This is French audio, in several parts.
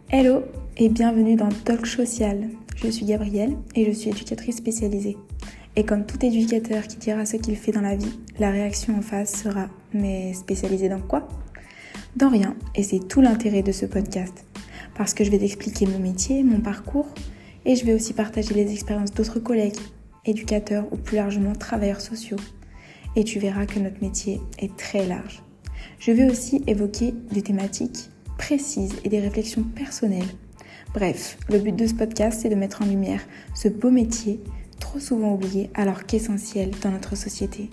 Hello et bienvenue dans Talk Social. Je suis Gabrielle et je suis éducatrice spécialisée. Et comme tout éducateur qui dira ce qu'il fait dans la vie, la réaction en face sera « mais spécialisée dans quoi ?» Dans rien, et c'est tout l'intérêt de ce podcast. Parce que je vais t'expliquer mon métier, mon parcours, et je vais aussi partager les expériences d'autres collègues, éducateurs ou plus largement travailleurs sociaux. Et tu verras que notre métier est très large. Je vais aussi évoquer des thématiques précises et des réflexions personnelles. Bref, le but de ce podcast, c'est de mettre en lumière ce beau métier, trop souvent oublié alors qu'essentiel dans notre société.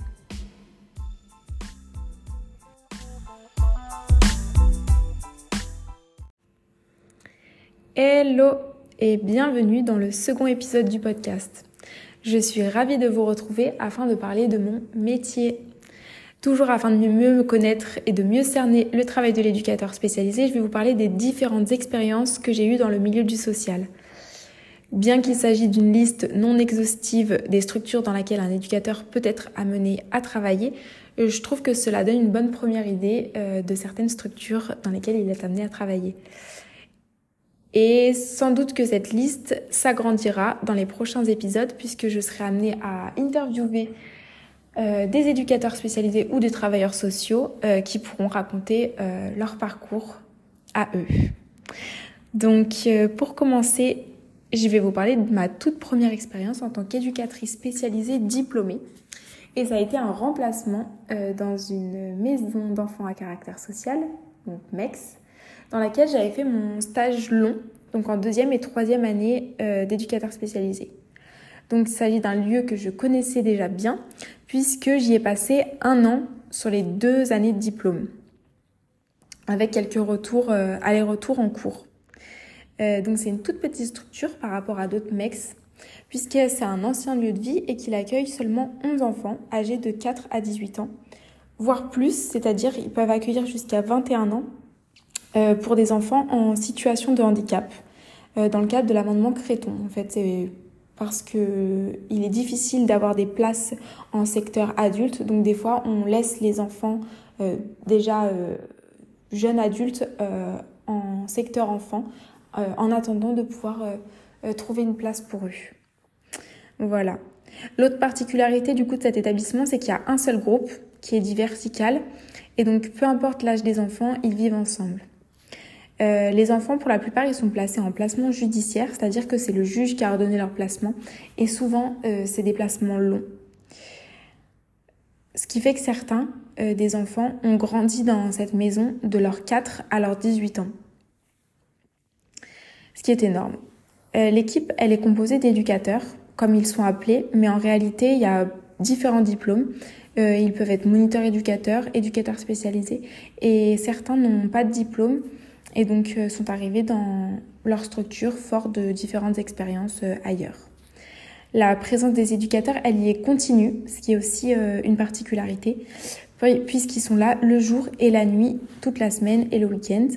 Hello et bienvenue dans le second épisode du podcast. Je suis ravie de vous retrouver afin de parler de mon métier. Toujours afin de mieux me connaître et de mieux cerner le travail de l'éducateur spécialisé, je vais vous parler des différentes expériences que j'ai eues dans le milieu du social. Bien qu'il s'agisse d'une liste non exhaustive des structures dans lesquelles un éducateur peut être amené à travailler, je trouve que cela donne une bonne première idée de certaines structures dans lesquelles il est amené à travailler. Et sans doute que cette liste s'agrandira dans les prochains épisodes puisque je serai amenée à interviewer des éducateurs spécialisés ou des travailleurs sociaux qui pourront raconter leur parcours à eux. Donc pour commencer, je vais vous parler de ma toute première expérience en tant qu'éducatrice spécialisée diplômée. Et ça a été un remplacement dans une maison d'enfants à caractère social, donc MEX, dans laquelle j'avais fait mon stage long, donc en 2e et 3e année d'éducateur spécialisé. Donc il s'agit d'un lieu que je connaissais déjà bien, puisque j'y ai passé 1 an sur les 2 années de diplôme, avec quelques allers-retours en cours. Donc c'est une toute petite structure par rapport à d'autres MEX, puisque c'est un ancien lieu de vie et qu'il accueille seulement 11 enfants âgés de 4 à 18 ans, voire plus, c'est-à-dire ils peuvent accueillir jusqu'à 21 ans pour des enfants en situation de handicap, dans le cadre de l'amendement Creton. En fait, c'est parce que il est difficile d'avoir des places en secteur adulte, donc des fois on laisse les enfants jeunes adultes en secteur enfant, en attendant de pouvoir trouver une place pour eux. Voilà. L'autre particularité du coup de cet établissement, c'est qu'il y a un seul groupe qui est dit vertical, et donc peu importe l'âge des enfants, ils vivent ensemble. Les enfants, pour la plupart, ils sont placés en placement judiciaire, c'est-à-dire que c'est le juge qui a ordonné leur placement, et souvent, c'est des placements longs. Ce qui fait que certains des enfants ont grandi dans cette maison de leurs 4 à leurs 18 ans. Ce qui est énorme. L'équipe, elle est composée d'éducateurs, comme ils sont appelés, mais en réalité, il y a différents diplômes. Ils peuvent être moniteurs éducateurs, éducateurs spécialisés, et certains n'ont pas de diplôme, et donc sont arrivés dans leur structure forts de différentes expériences ailleurs. La présence des éducateurs, elle y est continue, ce qui est aussi une particularité, puisqu'ils sont là le jour et la nuit, toute la semaine et le week-end.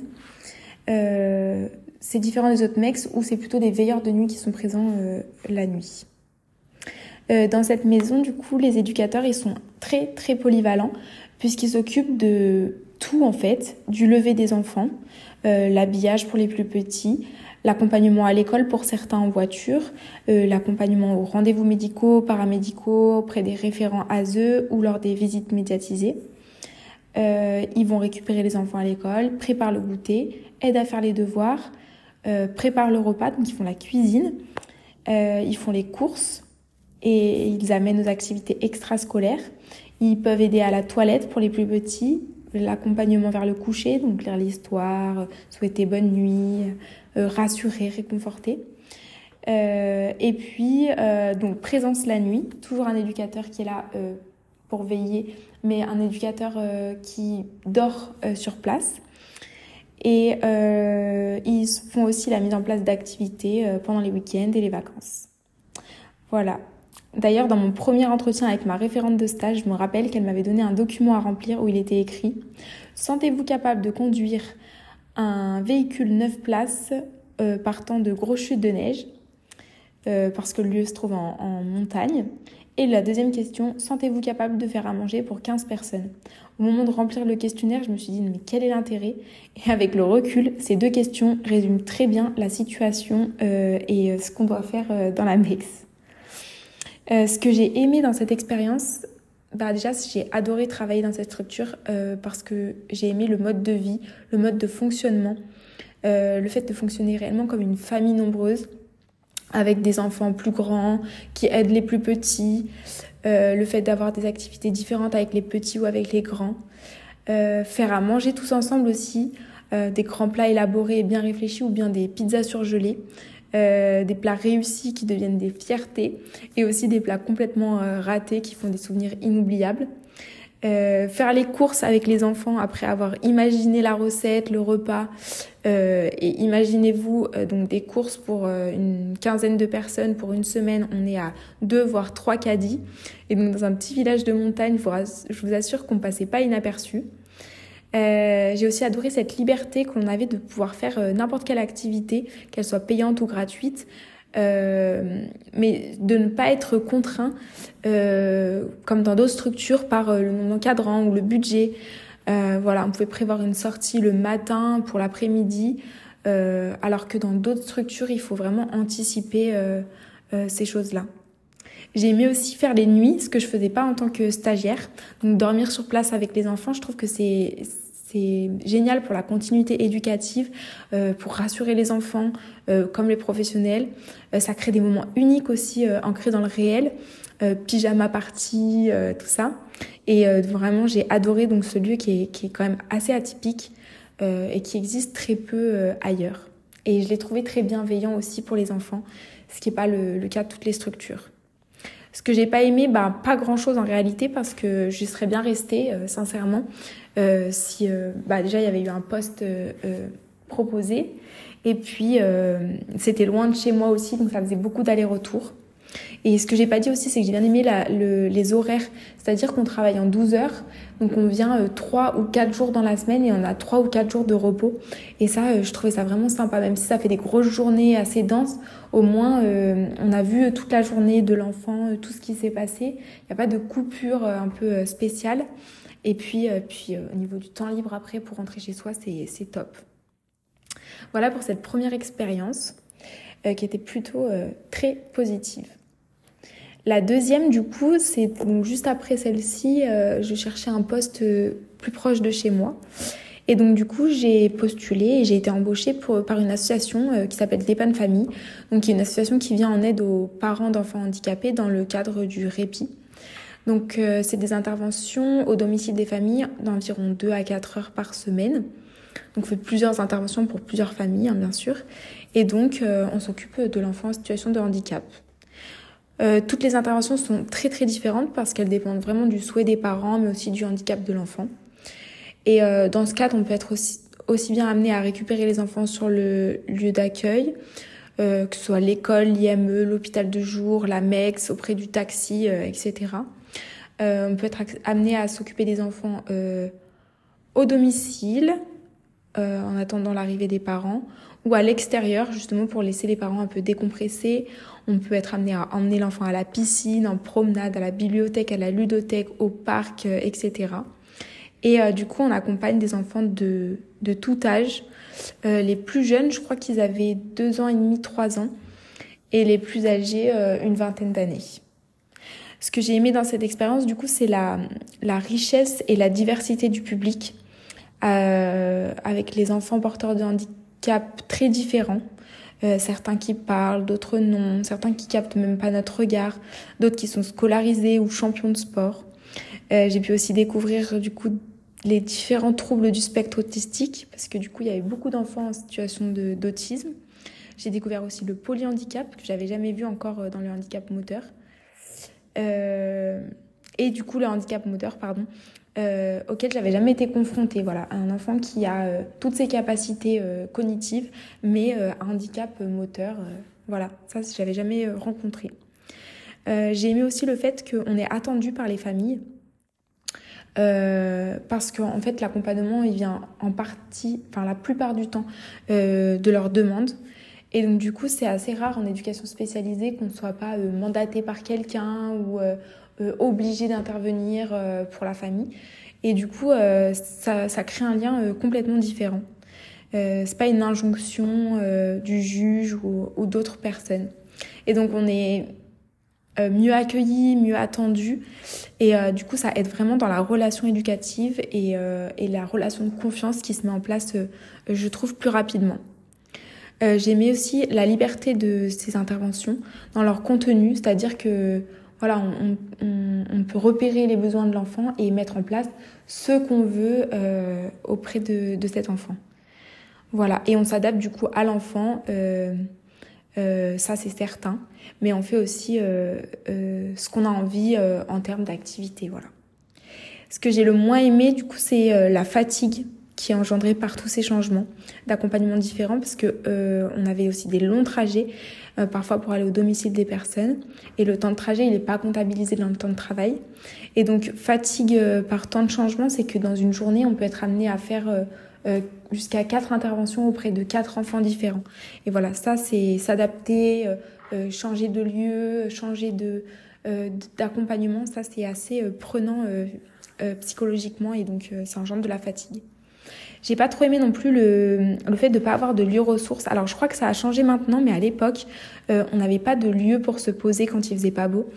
C'est différent des autres MEX où c'est plutôt des veilleurs de nuit qui sont présents la nuit. Dans cette maison, du coup, les éducateurs, ils sont très, très polyvalents, puisqu'ils s'occupent de tout, en fait, du lever des enfants, l'habillage pour les plus petits, l'accompagnement à l'école pour certains en voiture, l'accompagnement aux rendez-vous médicaux, paramédicaux, auprès des référents ASE ou lors des visites médiatisées. Ils vont récupérer les enfants à l'école, préparent le goûter, aident à faire les devoirs, préparent le repas, donc ils font la cuisine, ils font les courses et ils amènent aux activités extrascolaires. Ils peuvent aider à la toilette pour les plus petits, l'accompagnement vers le coucher, donc lire l'histoire, souhaiter bonne nuit, rassurer, réconforter. Et puis, donc présence la nuit, toujours un éducateur qui est là pour veiller, mais un éducateur qui dort sur place. Et ils font aussi la mise en place d'activités pendant les week-ends et les vacances. Voilà. D'ailleurs, dans mon premier entretien avec ma référente de stage, je me rappelle qu'elle m'avait donné un document à remplir où il était écrit « Sentez-vous capable de conduire un véhicule 9 places partant de grosses chutes de neige ?» parce que le lieu se trouve en montagne. Et la deuxième question, sentez-vous capable de faire à manger pour 15 personnes? Au moment de remplir le questionnaire, je me suis dit, mais quel est l'intérêt? Et avec le recul, ces deux questions résument très bien la situation et ce qu'on doit faire dans la MEX. Ce que j'ai aimé dans cette expérience, déjà j'ai adoré travailler dans cette structure parce que j'ai aimé le mode de vie, le mode de fonctionnement, le fait de fonctionner réellement comme une famille nombreuse, avec des enfants plus grands, qui aident les plus petits, le fait d'avoir des activités différentes avec les petits ou avec les grands, faire à manger tous ensemble aussi, des grands plats élaborés et bien réfléchis ou bien des pizzas surgelées, des plats réussis qui deviennent des fiertés et aussi des plats complètement ratés qui font des souvenirs inoubliables. Faire les courses avec les enfants après avoir imaginé la recette, le repas et imaginez-vous donc des courses pour une quinzaine de personnes pour une semaine, on est à 2 voire 3 caddies et donc dans un petit village de montagne, je vous assure qu'on passait pas inaperçu. J'ai aussi adoré cette liberté qu'on avait de pouvoir faire n'importe quelle activité, qu'elle soit payante ou gratuite, mais de ne pas être contraint comme dans d'autres structures par le nombre d'encadrant ou le budget. Voilà, on pouvait prévoir une sortie le matin pour l'après-midi, alors que dans d'autres structures, il faut vraiment anticiper ces choses-là. J'ai aimé aussi faire les nuits, ce que je faisais pas en tant que stagiaire. Donc dormir sur place avec les enfants, je trouve que c'est génial pour la continuité éducative, pour rassurer les enfants comme les professionnels. Ça crée des moments uniques aussi, ancrés dans le réel, pyjama party, tout ça. Et vraiment, j'ai adoré donc ce lieu qui est quand même assez atypique et qui existe très peu ailleurs. Et je l'ai trouvé très bienveillant aussi pour les enfants, ce qui n'est pas le cas de toutes les structures. Ce que j'ai pas aimé, pas grand-chose en réalité parce que j'y serais bien restée, sincèrement, si déjà il y avait eu un poste proposé et puis c'était loin de chez moi aussi, donc ça faisait beaucoup d'allers-retours. Et ce que j'ai pas dit aussi, c'est que j'ai bien aimé les horaires, c'est-à-dire qu'on travaille en 12 heures, donc on vient 3 ou 4 jours dans la semaine et on a 3 ou 4 jours de repos. Et ça, je trouvais ça vraiment sympa, même si ça fait des grosses journées assez denses, au moins on a vu toute la journée de l'enfant, tout ce qui s'est passé. Il n'y a pas de coupure un peu spéciale. Et puis au niveau du temps libre après pour rentrer chez soi, c'est top. Voilà pour cette première expérience qui était plutôt très positive. La deuxième, du coup, c'est donc juste après celle-ci, je cherchais un poste plus proche de chez moi. Et donc, du coup, j'ai postulé et j'ai été embauchée par une association qui s'appelle l'EHPAD Famille, donc qui est une association qui vient en aide aux parents d'enfants handicapés dans le cadre du répit. Donc, c'est des interventions au domicile des familles d'environ 2 à 4 heures par semaine. Donc, on fait plusieurs interventions pour plusieurs familles, bien sûr. Et donc, on s'occupe de l'enfant en situation de handicap. Toutes les interventions sont très très différentes parce qu'elles dépendent vraiment du souhait des parents, mais aussi du handicap de l'enfant. Et dans ce cadre, on peut être aussi bien amené à récupérer les enfants sur le lieu d'accueil, que ce soit l'école, l'IME, l'hôpital de jour, la MEX, auprès du taxi, etc. On peut être amené à s'occuper des enfants au domicile, en attendant l'arrivée des parents, ou à l'extérieur, justement pour laisser les parents un peu décompressés. On peut être amené à emmener l'enfant à la piscine, en promenade, à la bibliothèque, à la ludothèque, au parc, etc. Et du coup, on accompagne des enfants de tout âge. Les plus jeunes, je crois qu'ils avaient 2 ans et demi, 3 ans. Et les plus âgés, une vingtaine d'années. Ce que j'ai aimé dans cette expérience, du coup, c'est la richesse et la diversité du public, avec les enfants porteurs de handicap très différents. Certains qui parlent, d'autres non, certains qui captent même pas notre regard, d'autres qui sont scolarisés ou champions de sport. J'ai pu aussi découvrir du coup les différents troubles du spectre autistique parce que du coup il y avait beaucoup d'enfants en situation d'autisme. J'ai découvert aussi le polyhandicap que j'avais jamais vu encore dans le handicap moteur. Et du coup le handicap moteur, auquel j'avais jamais été confrontée. Voilà, un enfant qui a toutes ses capacités cognitives, mais un handicap moteur. Voilà, ça j'avais jamais rencontré. J'ai aimé aussi le fait qu'on est attendu par les familles. Parce qu'en fait l'accompagnement il vient en partie, enfin la plupart du temps de leurs demandes Et donc du coup, c'est assez rare en éducation spécialisée qu'on ne soit pas mandaté par quelqu'un ou obligé d'intervenir pour la famille. Et du coup, ça crée un lien complètement différent. C'est pas une injonction du juge ou d'autres personnes. Et donc on est mieux accueilli, mieux attendu. Et du coup, ça aide vraiment dans la relation éducative et la relation de confiance qui se met en place, je trouve, plus rapidement. J'aimais aussi la liberté de ces interventions dans leur contenu, c'est-à-dire que voilà, on peut repérer les besoins de l'enfant et mettre en place ce qu'on veut auprès de cet enfant. Voilà, et on s'adapte du coup à l'enfant, ça c'est certain, mais on fait aussi ce qu'on a envie en termes d'activité, voilà. Ce que j'ai le moins aimé, du coup, c'est la fatigue qui est engendrée par tous ces changements d'accompagnement différents, parce que on avait aussi des longs trajets, parfois pour aller au domicile des personnes, et le temps de trajet, il n'est pas comptabilisé dans le temps de travail. Et donc, fatigue par temps de changement, c'est que dans une journée, on peut être amené à faire jusqu'à 4 interventions auprès de 4 enfants différents. Et voilà, ça, c'est s'adapter, changer de lieu, changer d'accompagnement, ça, c'est assez prenant psychologiquement, et donc ça engendre de la fatigue. J'ai pas trop aimé non plus le fait de pas avoir de lieu ressources. Alors je crois que ça a changé maintenant, mais à l'époque, on n'avait pas de lieu pour se poser quand il faisait pas beau,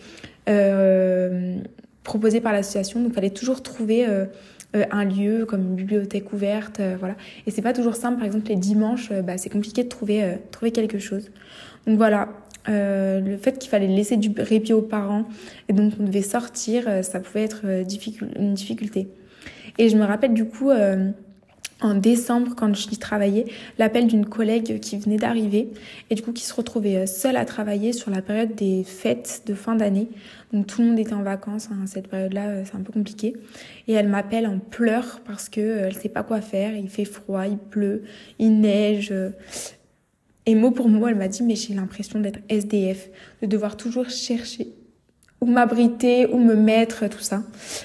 proposé par l'association. Donc il fallait toujours trouver un lieu comme une bibliothèque ouverte, voilà. Et c'est pas toujours simple. Par exemple les dimanches, c'est compliqué de trouver quelque chose. Donc voilà. Le fait qu'il fallait laisser du répit aux parents et donc on devait sortir, ça pouvait être une difficulté. Et je me rappelle du coup en décembre, quand j'y travaillais, l'appel d'une collègue qui venait d'arriver et du coup qui se retrouvait seule à travailler sur la période des fêtes de fin d'année. Donc tout le monde était en vacances, hein, cette période-là, c'est un peu compliqué. Et elle m'appelle en pleurs parce que elle sait pas quoi faire, il fait froid, il pleut, il neige. Et mot pour mot, elle m'a dit, mais j'ai l'impression d'être SDF, de devoir toujours chercher où m'abriter, où me mettre, tout ça.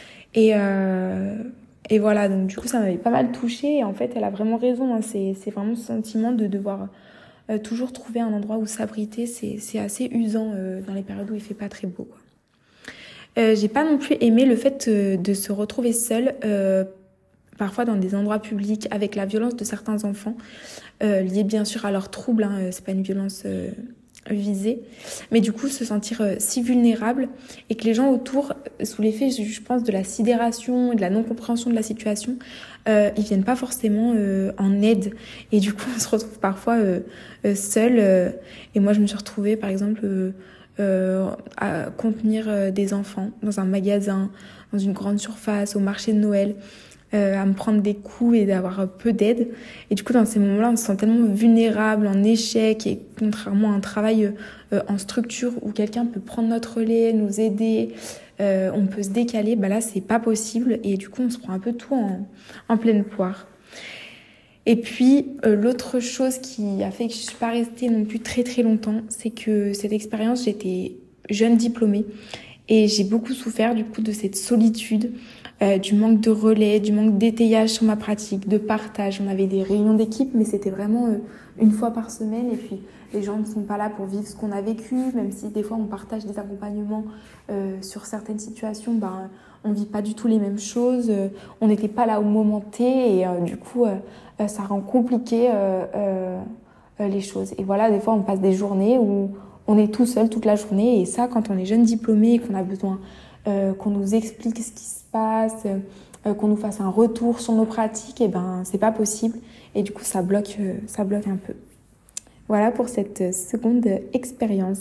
Et voilà, donc du coup, ça m'avait pas mal touchée. Et en fait, elle a vraiment raison, hein. C'est vraiment ce sentiment de devoir toujours trouver un endroit où s'abriter. C'est assez usant dans les périodes où il fait pas très beau, quoi. J'ai pas non plus aimé le fait de se retrouver seule, parfois dans des endroits publics, avec la violence de certains enfants, liée bien sûr à leurs troubles, hein, c'est pas une violence visée, mais du coup se sentir si vulnérable et que les gens autour, sous l'effet, je pense, de la sidération et de la non-compréhension de la situation, ils viennent pas forcément en aide, et du coup on se retrouve parfois seul, et moi je me suis retrouvée par exemple à contenir des enfants dans un magasin, dans une grande surface, au marché de Noël, à me prendre des coups et d'avoir peu d'aide. Et du coup, dans ces moments-là, on se sent tellement vulnérable, en échec, et contrairement à un travail en structure où quelqu'un peut prendre notre relais, nous aider, on peut se décaler, là, c'est pas possible. Et du coup, on se prend un peu tout en pleine poire. Et puis, l'autre chose qui a fait que je suis pas restée non plus très très longtemps, c'est que cette expérience, j'étais jeune diplômée et j'ai beaucoup souffert du coup de cette solitude, du manque de relais, du manque d'étayage sur ma pratique, de partage. On avait des réunions d'équipe, mais c'était vraiment une fois par semaine. Et puis, les gens ne sont pas là pour vivre ce qu'on a vécu, même si des fois on partage des accompagnements sur certaines situations, on vit pas du tout les mêmes choses. On n'était pas là au moment T, et du coup, ça rend compliqué les choses. Et voilà, des fois, on passe des journées où on est tout seul toute la journée. Et ça, quand on est jeune diplômé et qu'on a besoin qu'on nous explique ce qui se passe, qu'on nous fasse un retour sur nos pratiques, c'est pas possible. Et du coup, ça bloque un peu. Voilà pour cette seconde expérience.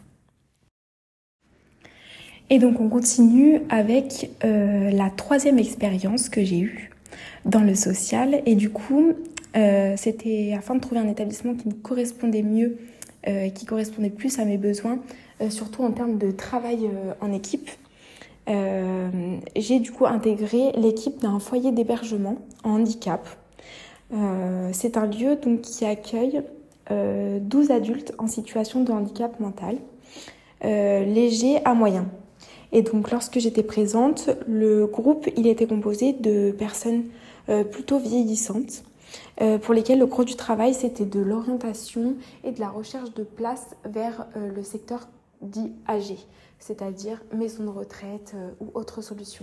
Et donc, on continue avec la troisième expérience que j'ai eue dans le social. Et du coup, c'était afin de trouver un établissement qui me correspondait mieux, qui correspondait plus à mes besoins, surtout en termes de travail en équipe. J'ai du coup intégré l'équipe d'un foyer d'hébergement en handicap. C'est un lieu donc qui accueille 12 adultes en situation de handicap mental, léger à moyen. Et donc lorsque j'étais présente, le groupe il était composé de personnes plutôt vieillissantes. pour lesquels le gros du travail, c'était de l'orientation et de la recherche de place vers le secteur dit âgé, c'est-à-dire maison de retraite ou autre solution.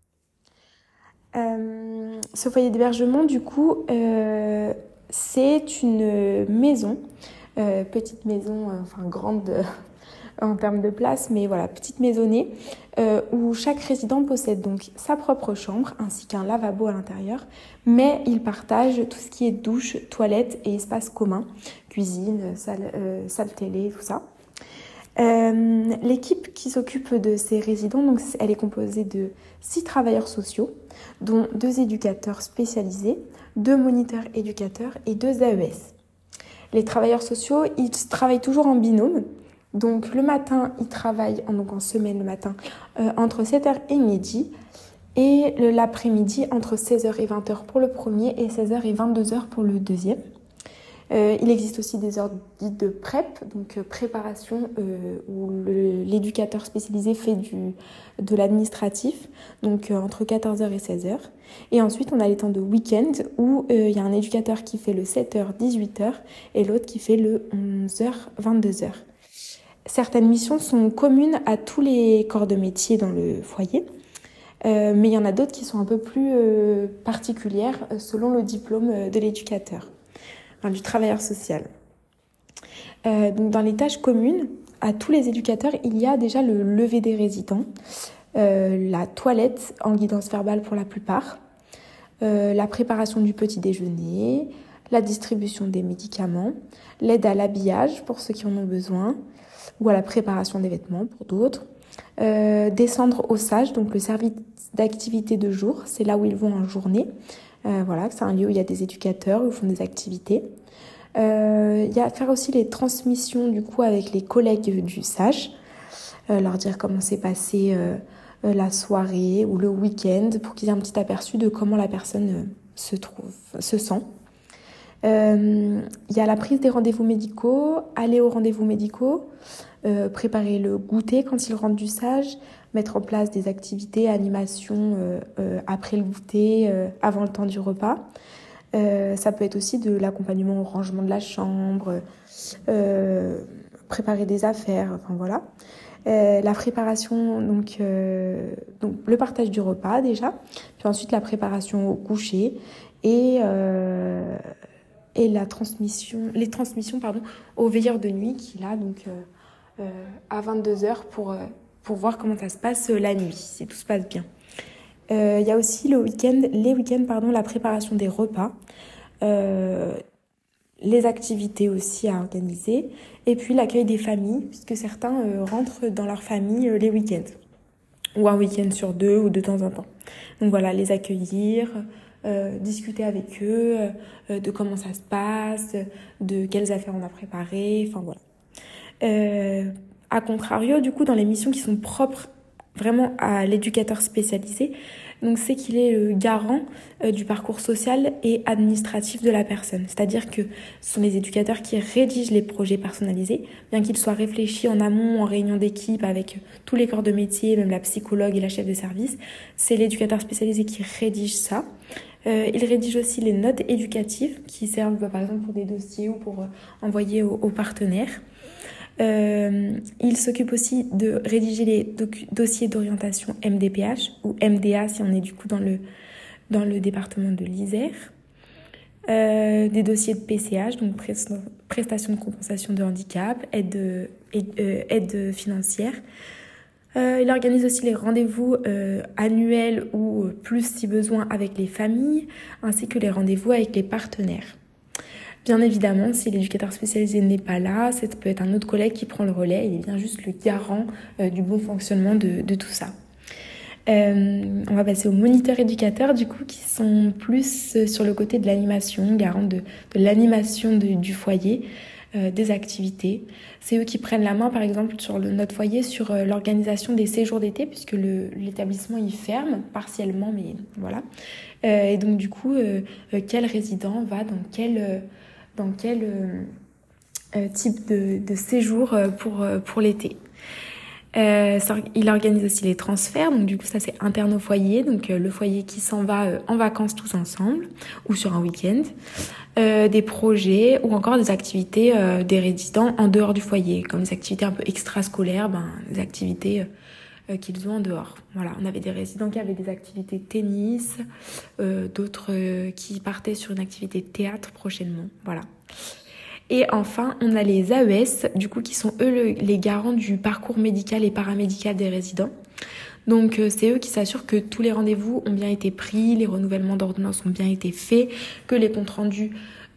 Ce foyer d'hébergement, du coup, c'est une maison, petite maison, enfin grande en termes de place, mais voilà, petite maisonnée, où chaque résident possède donc sa propre chambre ainsi qu'un lavabo à l'intérieur, mais il partage tout ce qui est douche, toilette et espace commun, cuisine, salle télé, tout ça. L'équipe qui s'occupe de ces résidents, donc, elle est composée de 6 travailleurs sociaux, dont 2 éducateurs spécialisés, 2 moniteurs éducateurs et 2 AES. Les travailleurs sociaux, ils travaillent toujours en binôme. Donc le matin, ils travaillent en semaine le matin entre 7h et midi et l'après-midi entre 16h et 20h pour le premier et 16h et 22h pour le deuxième. Il existe aussi des heures dites de PrEP, donc préparation, où l'éducateur spécialisé fait de l'administratif, donc entre 14h et 16h. Et ensuite, on a les temps de week-end où il y a un éducateur qui fait le 7h-18h et l'autre qui fait le 11h-22h. Certaines missions sont communes à tous les corps de métier dans le foyer, mais il y en a d'autres qui sont un peu plus particulières selon le diplôme de l'éducateur. Du travailleur social. Donc dans les tâches communes, à tous les éducateurs, il y a déjà le lever des résidents, la toilette en guidance verbale pour la plupart, la préparation du petit déjeuner, la distribution des médicaments, l'aide à l'habillage pour ceux qui en ont besoin, ou à la préparation des vêtements pour d'autres, descendre au SAGE, donc le service d'activité de jour, c'est là où ils vont en journée. Voilà, c'est un lieu où il y a des éducateurs, où ils font des activités. Il y a à faire aussi les transmissions du coup avec les collègues du SAGE, leur dire comment s'est passée la soirée ou le week-end pour qu'ils aient un petit aperçu de comment la personne se sent. Il y a la prise des rendez-vous médicaux, aller aux rendez-vous médicaux, préparer le goûter quand ils rentrent du SAGE, mettre en place des activités, animations après le goûter, avant le temps du repas. Ça peut être aussi de l'accompagnement au rangement de la chambre, préparer des affaires, enfin voilà. La préparation, donc le partage du repas déjà, puis ensuite la préparation au coucher et les transmissions aux veilleurs de nuit qui là donc à 22h pour voir comment ça se passe la nuit, si tout se passe bien. Il y a aussi les week-ends, la préparation des repas, les activités aussi à organiser, et puis l'accueil des familles, puisque certains rentrent dans leur famille les week-ends, ou un week-end sur 2 ou de temps en temps. Donc voilà, les accueillir, discuter avec eux, de comment ça se passe, de quelles affaires on a préparées, enfin voilà. À contrario, du coup, dans les missions qui sont propres vraiment à l'éducateur spécialisé, donc c'est qu'il est le garant du parcours social et administratif de la personne. C'est-à-dire que ce sont les éducateurs qui rédigent les projets personnalisés, bien qu'ils soient réfléchis en amont, en réunion d'équipe avec tous les corps de métier, même la psychologue et la chef de service. C'est l'éducateur spécialisé qui rédige ça. Il rédige aussi les notes éducatives qui servent par exemple pour des dossiers ou pour envoyer aux partenaires. Il s'occupe aussi de rédiger les dossiers d'orientation MDPH ou MDA si on est du coup dans le département de l'Isère. Des dossiers de PCH, donc prestation de compensation de handicap, aide financière. Il organise aussi les rendez-vous annuels ou plus si besoin avec les familles, ainsi que les rendez-vous avec les partenaires. Bien évidemment, si l'éducateur spécialisé n'est pas là, ça peut être un autre collègue qui prend le relais. Il est bien juste le garant du bon fonctionnement de tout ça. On va passer aux moniteurs éducateurs, du coup, qui sont plus sur le côté de l'animation, garant de l'animation du foyer, des activités. C'est eux qui prennent la main, par exemple, sur notre foyer, sur l'organisation des séjours d'été, puisque l'établissement il ferme partiellement, mais voilà. Et donc, du coup, quel résident va dans quel type de séjour pour l'été. Il organise aussi les transferts, donc du coup ça c'est interne au foyer, donc le foyer qui s'en va en vacances tous ensemble ou sur un week-end, des projets ou encore des activités des résidents en dehors du foyer, comme des activités un peu extrascolaires, des activités qu'ils ont en dehors. Voilà, on avait des résidents qui avaient des activités tennis, d'autres qui partaient sur une activité théâtre prochainement, voilà. Et enfin, on a les AES, du coup, qui sont eux les garants du parcours médical et paramédical des résidents. Donc, c'est eux qui s'assurent que tous les rendez-vous ont bien été pris, les renouvellements d'ordonnances ont bien été faits, que les comptes rendus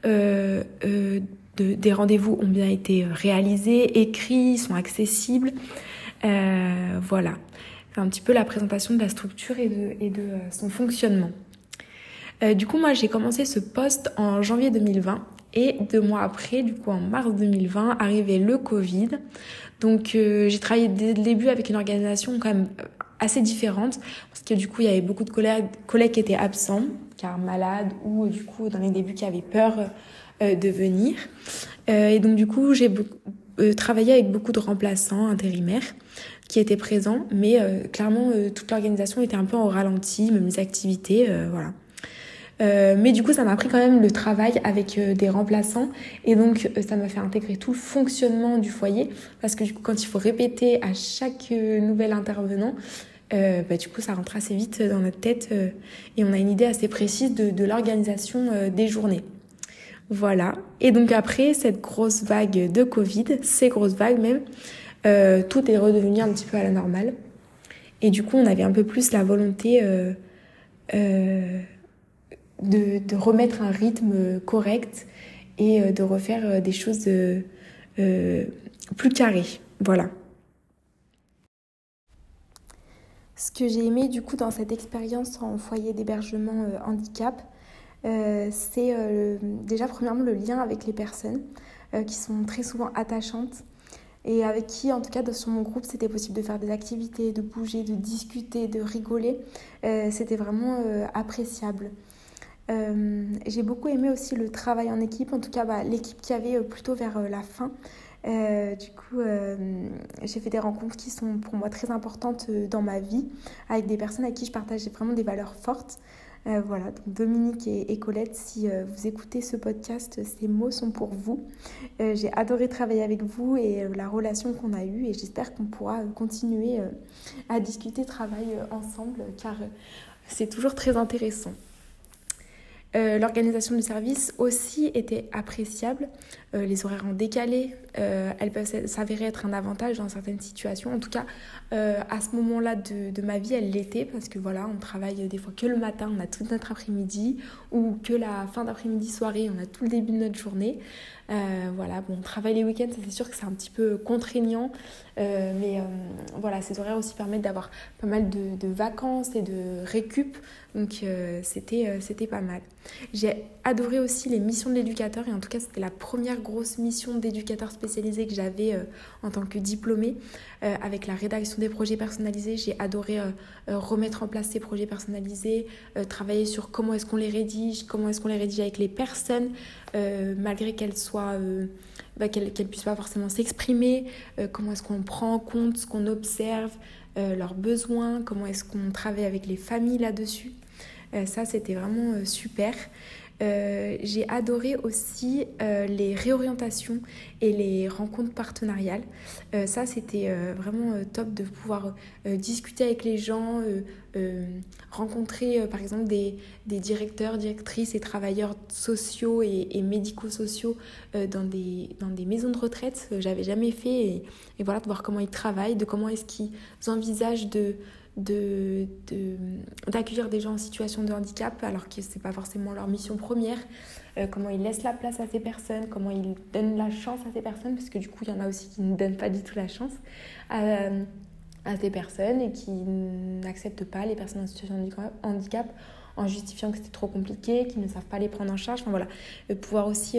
des rendez-vous ont bien été réalisés, écrits, sont accessibles. Voilà. C'est un petit peu la présentation de la structure et de son fonctionnement. Du coup, moi, j'ai commencé ce poste en janvier 2020. Et 2 mois après, du coup en mars 2020, arrivait le Covid. Donc j'ai travaillé dès le début avec une organisation quand même assez différente, parce que du coup il y avait beaucoup de collègues qui étaient absents, car malades ou du coup dans les débuts qui avaient peur de venir. Et donc du coup j'ai travaillé avec beaucoup de remplaçants intérimaires qui étaient présents, mais clairement toute l'organisation était un peu en ralenti, même les activités, voilà. Mais du coup ça m'a appris quand même le travail avec des remplaçants et donc ça m'a fait intégrer tout le fonctionnement du foyer, parce que du coup quand il faut répéter à chaque nouvel intervenant, du coup ça rentre assez vite dans notre tête et on a une idée assez précise de l'organisation des journées. Voilà. Et donc après cette grosse vague de Covid, ces grosses vagues même, tout est redevenu un petit peu à la normale et du coup on avait un peu plus la volonté de remettre un rythme correct et de refaire des choses plus carrées. Voilà. Ce que j'ai aimé du coup dans cette expérience en foyer d'hébergement handicap, c'est déjà premièrement le lien avec les personnes qui sont très souvent attachantes et avec qui, en tout cas sur mon groupe, c'était possible de faire des activités, de bouger, de discuter, de rigoler. C'était vraiment appréciable. J'ai beaucoup aimé aussi le travail en équipe, en tout cas l'équipe qu'il y avait plutôt vers la fin. J'ai fait des rencontres qui sont pour moi très importantes dans ma vie, avec des personnes avec qui je partageais vraiment des valeurs fortes. Voilà, donc Dominique et Colette, si vous écoutez ce podcast, ces mots sont pour vous. J'ai adoré travailler avec vous et la relation qu'on a eue, et j'espère qu'on pourra continuer à discuter travail ensemble, car c'est toujours très intéressant. L'organisation du service aussi était appréciable. Les horaires en décalé, elles peuvent s'avérer être un avantage dans certaines situations. En tout cas, à ce moment-là de ma vie, elles l'étaient, parce que voilà, on travaille des fois que le matin, on a tout notre après-midi, ou que la fin d'après-midi, soirée, on a tout le début de notre journée. On travaille les week-ends, ça, c'est sûr que c'est un petit peu contraignant, mais voilà, ces horaires aussi permettent d'avoir pas mal de vacances et de récup, donc c'était pas mal. J'ai adoré aussi les missions de l'éducateur, et en tout cas c'était la première grosse mission d'éducateur spécialisé que j'avais en tant que diplômée, avec la rédaction des projets personnalisés. J'ai adoré remettre en place ces projets personnalisés, travailler sur comment est-ce qu'on les rédige, avec les personnes, malgré qu'elles soient qu'elles puissent pas forcément s'exprimer, comment est-ce qu'on prend en compte ce qu'on observe, leurs besoins, comment est-ce qu'on travaille avec les familles là-dessus. Ça, c'était vraiment super. J'ai adoré aussi les réorientations et les rencontres partenariales. Ça, c'était vraiment top de pouvoir discuter avec les gens, rencontrer par exemple des directeurs, directrices et travailleurs sociaux et médico-sociaux dans des maisons de retraite. J'avais jamais fait, et voilà, de voir comment ils travaillent, de comment est-ce qu'ils envisagent d'accueillir des gens en situation de handicap alors que c'est pas forcément leur mission première, comment ils laissent la place à ces personnes, comment ils donnent la chance à ces personnes, parce que du coup il y en a aussi qui ne donnent pas du tout la chance à ces personnes et qui n'acceptent pas les personnes en situation de handicap en justifiant que c'était trop compliqué, qu'ils ne savent pas les prendre en charge. Enfin voilà, pouvoir aussi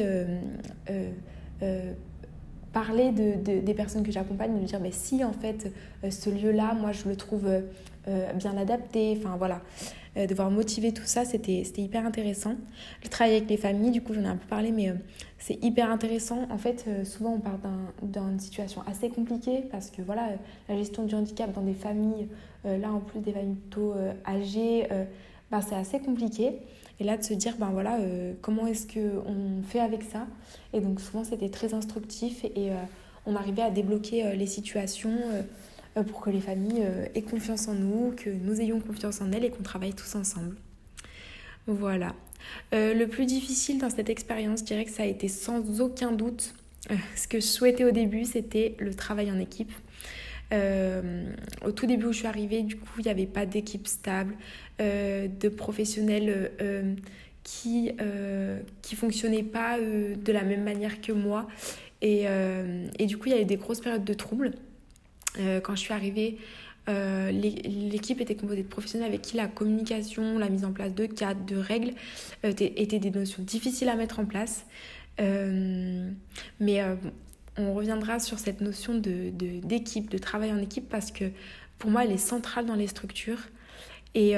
parler des personnes que j'accompagne, de dire si en fait ce lieu-là, moi je le trouve bien adapté, enfin voilà. devoir motiver tout ça, c'était hyper intéressant. Le travail avec les familles, du coup j'en ai un peu parlé, mais c'est hyper intéressant. En fait, souvent on part d'une situation assez compliquée parce que voilà, la gestion du handicap dans des familles, là en plus des familles plutôt âgées, c'est assez compliqué. Et là de se dire comment est-ce qu'on fait avec ça. Et donc souvent c'était très instructif et on arrivait à débloquer les situations pour que les familles aient confiance en nous, que nous ayons confiance en elles et qu'on travaille tous ensemble. Voilà. Le plus difficile dans cette expérience, je dirais que ça a été sans aucun doute ce que je souhaitais au début, c'était le travail en équipe. Au tout début où je suis arrivée, du coup, il n'y avait pas d'équipe stable, de professionnels qui fonctionnaient pas de la même manière que moi. Et du coup, il y a eu des grosses périodes de troubles. Quand je suis arrivée, l'équipe était composée de professionnels avec qui la communication, la mise en place de cadres, de règles étaient des notions difficiles à mettre en place. Mais on reviendra sur cette notion d'équipe, de travail en équipe, parce que pour moi, elle est centrale dans les structures et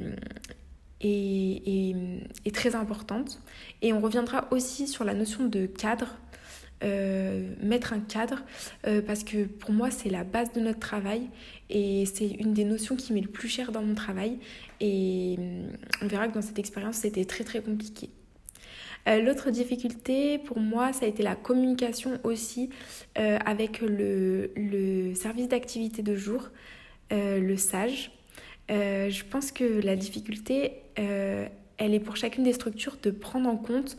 très importante. Et on reviendra aussi sur la notion de cadre, mettre un cadre, parce que pour moi, c'est la base de notre travail et c'est une des notions qui m'est le plus chère dans mon travail. Et on verra que dans cette expérience, c'était très très compliqué. L'autre difficulté pour moi, ça a été la communication aussi avec le service d'activité de jour, le SAGE. Je pense que la difficulté, elle est pour chacune des structures de prendre en compte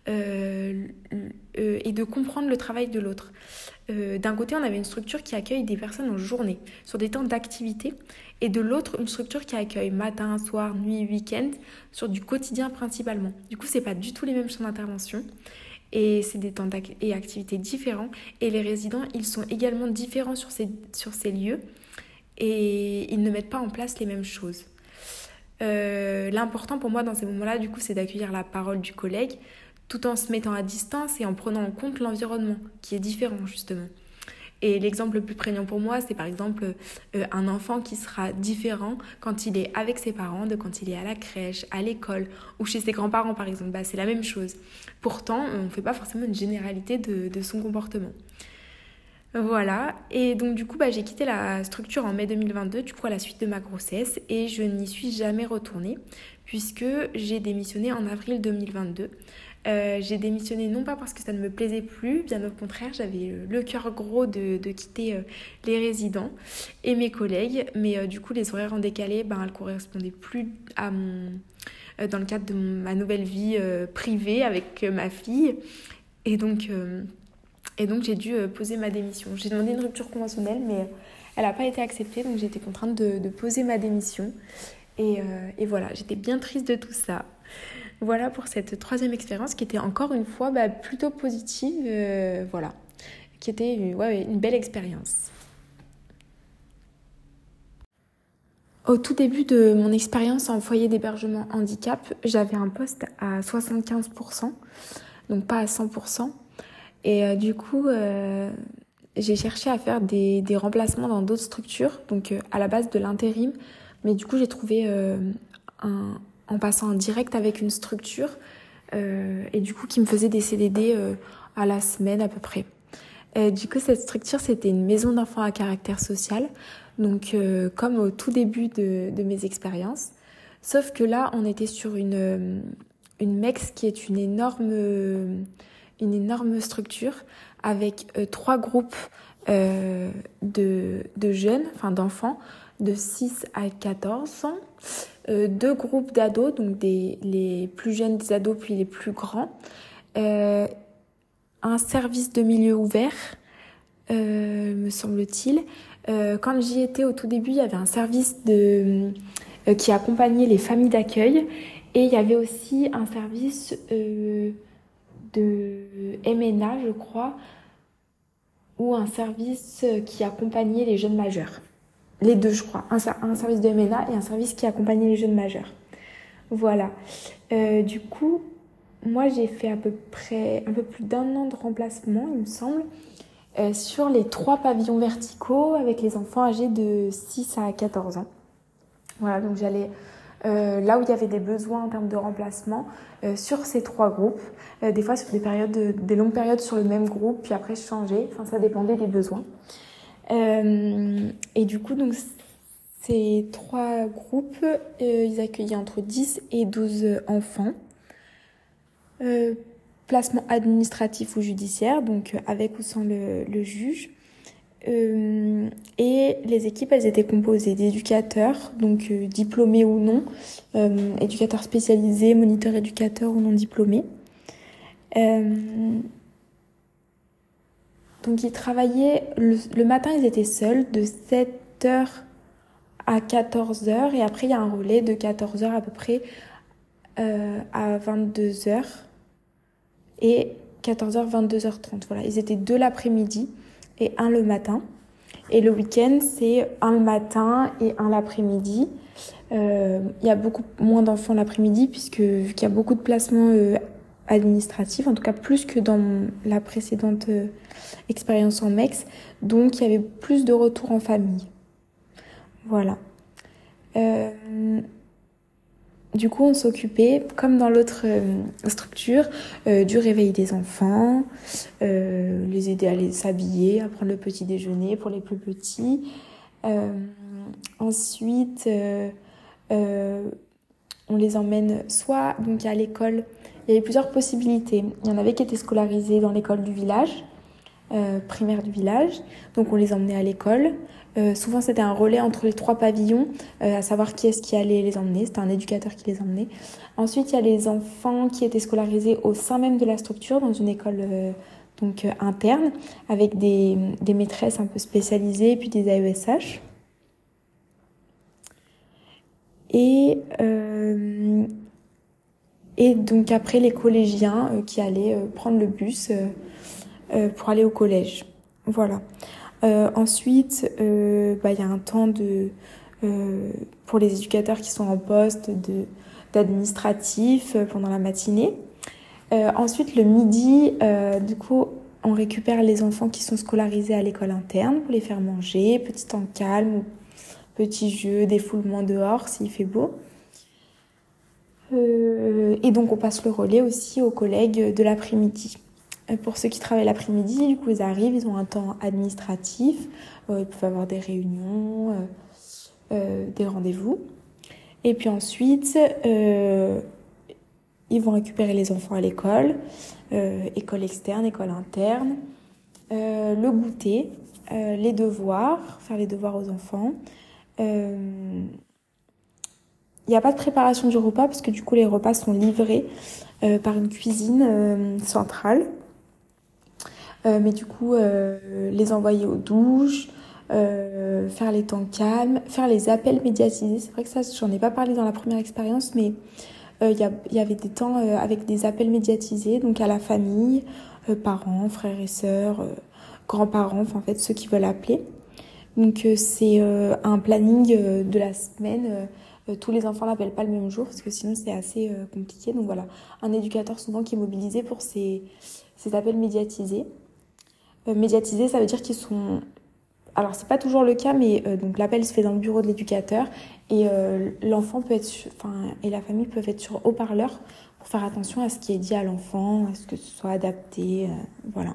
et de comprendre le travail de l'autre. D'un côté, on avait une structure qui accueille des personnes en journée, sur des temps d'activité, et de l'autre, une structure qui accueille matin, soir, nuit, week-end, sur du quotidien principalement. Du coup, c'est pas du tout les mêmes champs d'intervention, et c'est des temps et activités différents, et les résidents, ils sont également différents sur ces lieux, et ils ne mettent pas en place les mêmes choses. L'important pour moi dans ces moments-là, du coup, c'est d'accueillir la parole du collègue, tout en se mettant à distance et en prenant en compte l'environnement, qui est différent justement. Et l'exemple le plus prégnant pour moi, c'est par exemple un enfant qui sera différent quand il est avec ses parents, de quand il est à la crèche, à l'école ou chez ses grands-parents par exemple. C'est la même chose. Pourtant, on ne fait pas forcément une généralité de son comportement. Voilà, et donc du coup j'ai quitté la structure en mai 2022, du coup à la suite de ma grossesse, et je n'y suis jamais retournée puisque j'ai démissionné en avril 2022. J'ai démissionné non pas parce que ça ne me plaisait plus, bien au contraire, j'avais le cœur gros de quitter les résidents et mes collègues, mais du coup les horaires en décalé, elles ne correspondaient plus à dans le cadre de ma nouvelle vie privée avec ma fille, et donc j'ai dû poser ma démission. J'ai demandé une rupture conventionnelle, mais elle n'a pas été acceptée, donc j'ai été contrainte de poser ma démission. Et voilà, j'étais bien triste de tout ça. Voilà pour cette troisième expérience qui était encore une fois plutôt positive, qui était une belle expérience. Au tout début de mon expérience en foyer d'hébergement handicap, j'avais un poste à 75%, donc pas à 100%. Et du coup, j'ai cherché à faire des remplacements dans d'autres structures, donc à la base de l'intérim. Mais du coup, j'ai trouvé en passant en direct avec une structure et du coup qui me faisait des CDD à la semaine à peu près. Du coup, cette structure, c'était une maison d'enfants à caractère social, donc comme au tout début de mes expériences. Sauf que là, on était sur une MEX qui est une énorme structure avec 3 groupes de jeunes, enfin d'enfants, de 6 à 14 ans, 2 groupes d'ados, donc les plus jeunes des ados puis les plus grands, un service de milieu ouvert, me semble-t-il. Quand j'y étais au tout début, il y avait un service qui accompagnait les familles d'accueil, et il y avait aussi un service de MNA, je crois, ou un service qui accompagnait les jeunes majeurs. Les deux, je crois. Un service de MNA et un service qui accompagnait les jeunes majeurs. Voilà. Du coup, moi, j'ai fait à peu près un peu plus d'1 an de remplacement, il me semble, sur les 3 pavillons verticaux avec les enfants âgés de 6 à 14 ans. Voilà, donc j'allais là où il y avait des besoins en termes de remplacement sur ces 3 groupes. Des fois, sur des longues périodes sur le même groupe, puis après changer. Enfin, ça dépendait des besoins. Et du coup, donc, ces 3 groupes, ils accueillaient entre 10 et 12 enfants. Placement administratif ou judiciaire, donc avec ou sans le juge. Et les équipes, elles étaient composées d'éducateurs, donc diplômés ou non, éducateurs spécialisés, moniteurs éducateurs ou non diplômés. Donc ils travaillaient, le matin ils étaient seuls de 7h à 14h et après il y a un relais de 14h à peu près à 22h et 14h, 22h30. Voilà, ils étaient 2 l'après-midi et 1 le matin. Et le week-end, c'est 1 le matin et 1 l'après-midi. Il y a beaucoup moins d'enfants l'après-midi puisque vu qu'il y a beaucoup de placements administratifs, en tout cas plus que dans la précédente expérience en MEX, donc il y avait plus de retours en famille. Voilà. Du coup, on s'occupait, comme dans l'autre structure, du réveil des enfants, les aider à s'habiller, à prendre le petit déjeuner pour les plus petits. Ensuite, on les emmène soit donc à l'école. Il y avait plusieurs possibilités. Il y en avait qui étaient scolarisés dans l'école du village, primaire du village. Donc on les emmenait à l'école. Souvent c'était un relais entre les 3 pavillons, à savoir qui est-ce qui allait les emmener. C'était un éducateur qui les emmenait. Ensuite il y a les enfants qui étaient scolarisés au sein même de la structure, dans une école interne, avec des maîtresses un peu spécialisées et puis des AESH. Et donc après les collégiens qui allaient prendre le bus pour aller au collège. Voilà. Ensuite, y a un temps pour les éducateurs qui sont en poste d'administratif pendant la matinée. Ensuite, le midi, du coup, on récupère les enfants qui sont scolarisés à l'école interne pour les faire manger, petit temps calme, petits jeux, défoulement dehors s'il fait beau. Et donc, on passe le relais aussi aux collègues de l'après-midi. Pour ceux qui travaillent l'après-midi, du coup, ils arrivent, ils ont un temps administratif, ils peuvent avoir des réunions, des rendez-vous. Et puis ensuite, ils vont récupérer les enfants à l'école, école externe, école interne, le goûter, les devoirs, faire les devoirs aux enfants. Il n'y a pas de préparation du repas parce que du coup, les repas sont livrés par une cuisine centrale. Mais du coup, les envoyer aux douches, faire les temps calmes, faire les appels médiatisés. C'est vrai que ça, j'en ai pas parlé dans la première expérience, mais il y avait des temps avec des appels médiatisés, donc à la famille, parents, frères et sœurs, grands-parents, enfin en fait ceux qui veulent appeler. Donc c'est un planning de la semaine. Tous les enfants l'appellent pas le même jour parce que sinon c'est assez compliqué. Donc voilà, un éducateur souvent qui est mobilisé pour ces appels médiatisés. Médiatisés, ça veut dire qu'ils sont... Alors, c'est pas toujours le cas, mais donc l'appel se fait dans le bureau de l'éducateur et l'enfant peut être... et la famille peuvent être sur haut-parleur pour faire attention à ce qui est dit à l'enfant, à ce que ce soit adapté, voilà.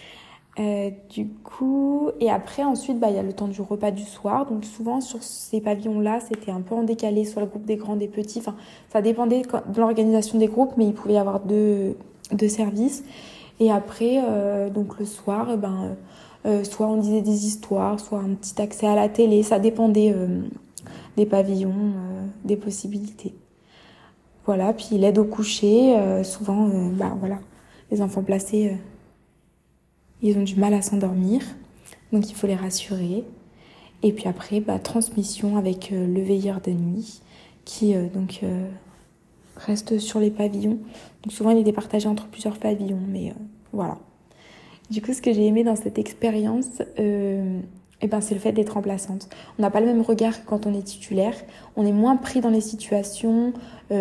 Du coup... Et après, ensuite, il y a le temps du repas du soir. Donc, souvent, sur ces pavillons-là, c'était un peu en décalé sur le groupe des grands, des petits. Enfin, ça dépendait de l'organisation des groupes, mais il pouvait y avoir deux services. Et après, donc le soir, soit on disait des histoires, soit un petit accès à la télé. Ça dépendait des pavillons, des possibilités. Voilà, puis l'aide au coucher. Souvent, voilà, les enfants placés, ils ont du mal à s'endormir. Donc il faut les rassurer. Et puis après, transmission avec le veilleur de nuit qui reste sur les pavillons. Donc souvent, il est départagé entre plusieurs pavillons, mais voilà. Du coup, ce que j'ai aimé dans cette expérience, c'est le fait d'être remplaçante. On n'a pas le même regard que quand on est titulaire. On est moins pris dans les situations.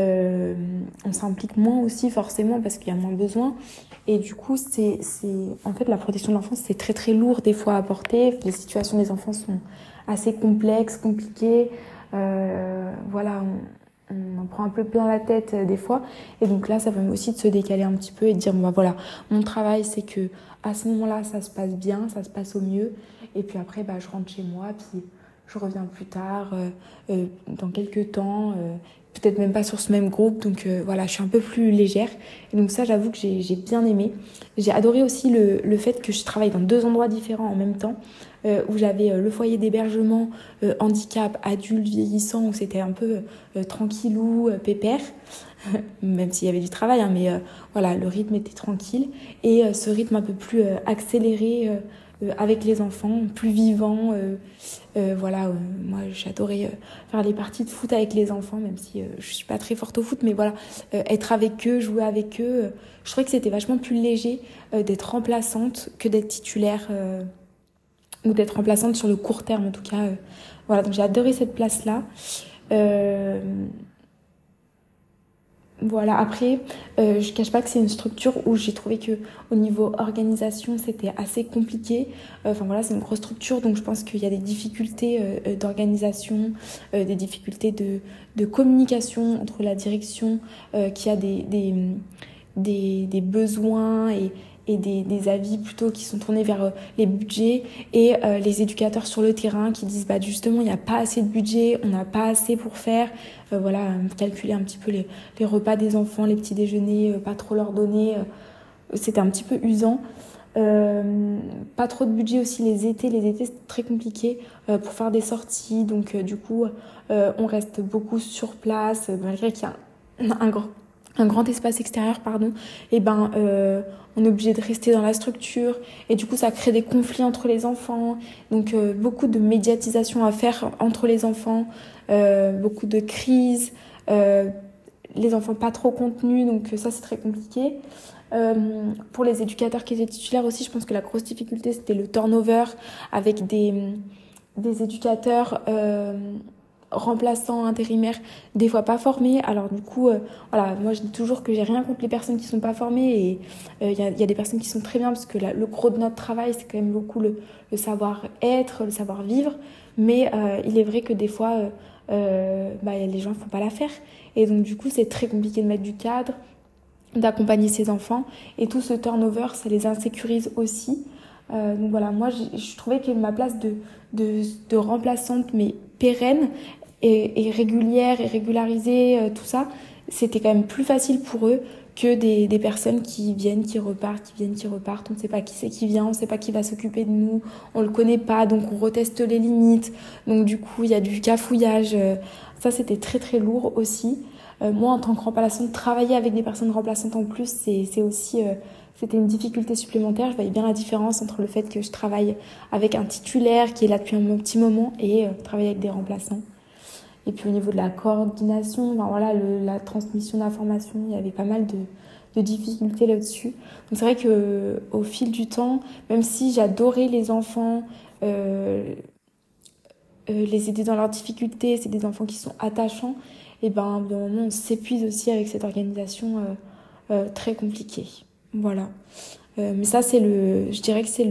On s'implique moins aussi, forcément, parce qu'il y a moins besoin. Et du coup, en fait, la protection de l'enfance, c'est très, très lourd des fois à porter. Les situations des enfants sont assez complexes, compliquées. Voilà, on prend un peu plein la tête des fois. Et donc là, ça permet aussi de se décaler un petit peu et de dire, bon, bah, voilà, mon travail, c'est que à ce moment-là, ça se passe bien, ça se passe au mieux. Et puis après, bah, je rentre chez moi, puis je reviens plus tard, dans quelques temps, peut-être même pas sur ce même groupe. Donc voilà, je suis un peu plus légère. Et donc ça, j'avoue que j'ai bien aimé. J'ai adoré aussi le fait que je travaille dans 2 endroits différents en même temps, où j'avais le foyer d'hébergement handicap, adulte, vieillissant, où c'était un peu tranquillou, pépère, même s'il y avait du travail, hein, mais voilà, le rythme était tranquille. Et ce rythme un peu plus accéléré avec les enfants, plus vivant. Voilà, moi j'adorais faire les parties de foot avec les enfants, même si je suis pas très forte au foot, mais voilà, être avec eux, jouer avec eux, je trouvais que c'était vachement plus léger d'être remplaçante que d'être titulaire, ou d'être remplaçante sur le court terme en tout cas. Voilà, donc j'ai adoré cette place-là. Voilà, après, je cache pas que c'est une structure où j'ai trouvé que au niveau organisation, c'était assez compliqué. Enfin voilà, c'est une grosse structure, donc je pense qu'il y a des difficultés d'organisation, des difficultés de communication entre la direction qui a des besoins et des avis plutôt qui sont tournés vers les budgets et les éducateurs sur le terrain qui disent bah justement il n'y a pas assez de budget, on n'a pas assez pour faire, voilà, calculer un petit peu les repas des enfants, les petits déjeuners, pas trop leur donner, c'était un petit peu usant. Pas trop de budget aussi les étés c'est très compliqué pour faire des sorties, donc du coup on reste beaucoup sur place malgré qu'il y a un grand espace extérieur, pardon, et on est obligé de rester dans la structure et du coup ça crée des conflits entre les enfants, donc beaucoup de médiatisation à faire entre les enfants, beaucoup de crises, les enfants pas trop contenus, donc ça c'est très compliqué. Pour les éducateurs qui étaient titulaires aussi, je pense que la grosse difficulté c'était le turnover avec des éducateurs remplaçants, intérimaires, des fois pas formés. Alors du coup, voilà, moi je dis toujours que j'ai rien contre les personnes qui sont pas formées et y a des personnes qui sont très bien parce que le gros de notre travail c'est quand même beaucoup le savoir-être, le savoir-vivre. Mais il est vrai que des fois, les gens font pas l'affaire et donc du coup c'est très compliqué de mettre du cadre, d'accompagner ses enfants et tout ce turnover ça les insécurise aussi. Donc voilà, moi je trouvais que ma place de remplaçante mais pérenne et régulière et régularisée, tout ça, c'était quand même plus facile pour eux que des personnes qui viennent, qui repartent, qui viennent, qui repartent. On ne sait pas qui c'est qui vient, on ne sait pas qui va s'occuper de nous, on le connaît pas, donc on reteste les limites. Donc du coup, il y a du cafouillage. Ça, c'était très très lourd aussi. Moi, en tant que remplaçante, travailler avec des personnes remplaçantes en plus, c'est aussi... c'était une difficulté supplémentaire. Je voyais bien la différence entre le fait que je travaille avec un titulaire qui est là depuis un petit moment et travailler avec des remplaçants. Et puis au niveau de la coordination, voilà, la transmission d'informations, il y avait pas mal de difficultés là-dessus. Donc c'est vrai que au fil du temps, même si j'adorais les enfants, les aider dans leurs difficultés, c'est des enfants qui sont attachants, et d'un moment on s'épuise aussi avec cette organisation très compliquée. Voilà. Mais ça je dirais que c'est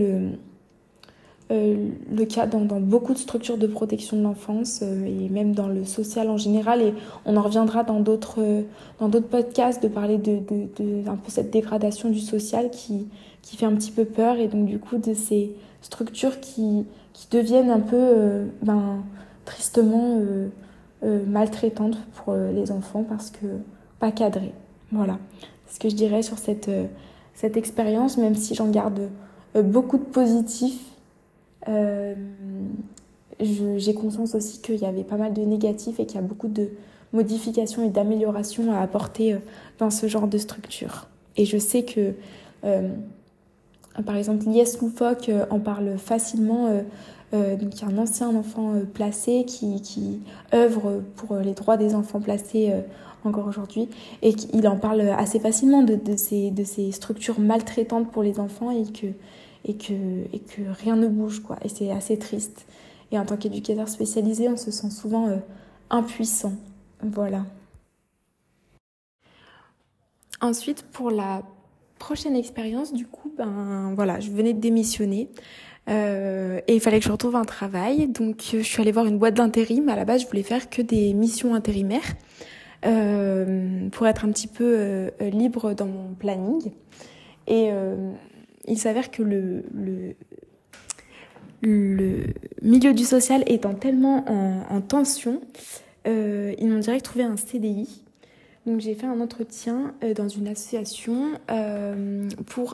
le cas dans beaucoup de structures de protection de l'enfance et même dans le social en général, et on en reviendra dans d'autres podcasts de parler de un peu cette dégradation du social qui fait un petit peu peur, et donc du coup de ces structures qui deviennent un peu tristement maltraitantes pour les enfants parce que pas cadrées. Voilà, c'est ce que je dirais sur cette expérience, même si j'en garde beaucoup de positifs. J'ai conscience aussi qu'il y avait pas mal de négatifs et qu'il y a beaucoup de modifications et d'améliorations à apporter dans ce genre de structure. Et je sais que, par exemple, l'IS Loufoque en parle facilement. Donc il y a un ancien enfant placé qui œuvre pour les droits des enfants placés encore aujourd'hui, et il en parle assez facilement de ces structures maltraitantes pour les enfants et que rien ne bouge, quoi. Et c'est assez triste. Et en tant qu'éducateur spécialisé, on se sent souvent impuissant. Voilà. Ensuite, pour la prochaine expérience, du coup, voilà, je venais de démissionner. Et il fallait que je retrouve un travail. Donc, je suis allée voir une boîte d'intérim. À la base, je voulais faire que des missions intérimaires. pour être un petit peu libre dans mon planning. Et il s'avère que le milieu du social étant tellement en tension, ils m'ont direct trouvé un CDI. Donc j'ai fait un entretien dans une association pour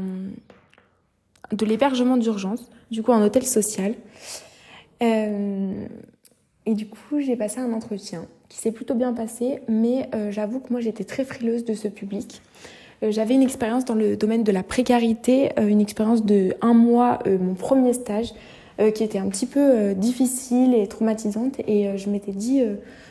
de l'hébergement d'urgence, du coup un hôtel social. Et du coup j'ai passé un entretien qui s'est plutôt bien passé, mais j'avoue que moi j'étais très frileuse de ce public. J'avais une expérience dans le domaine de la précarité, une expérience de 1 mois, mon premier stage, qui était un petit peu difficile et traumatisante. Et je m'étais dit,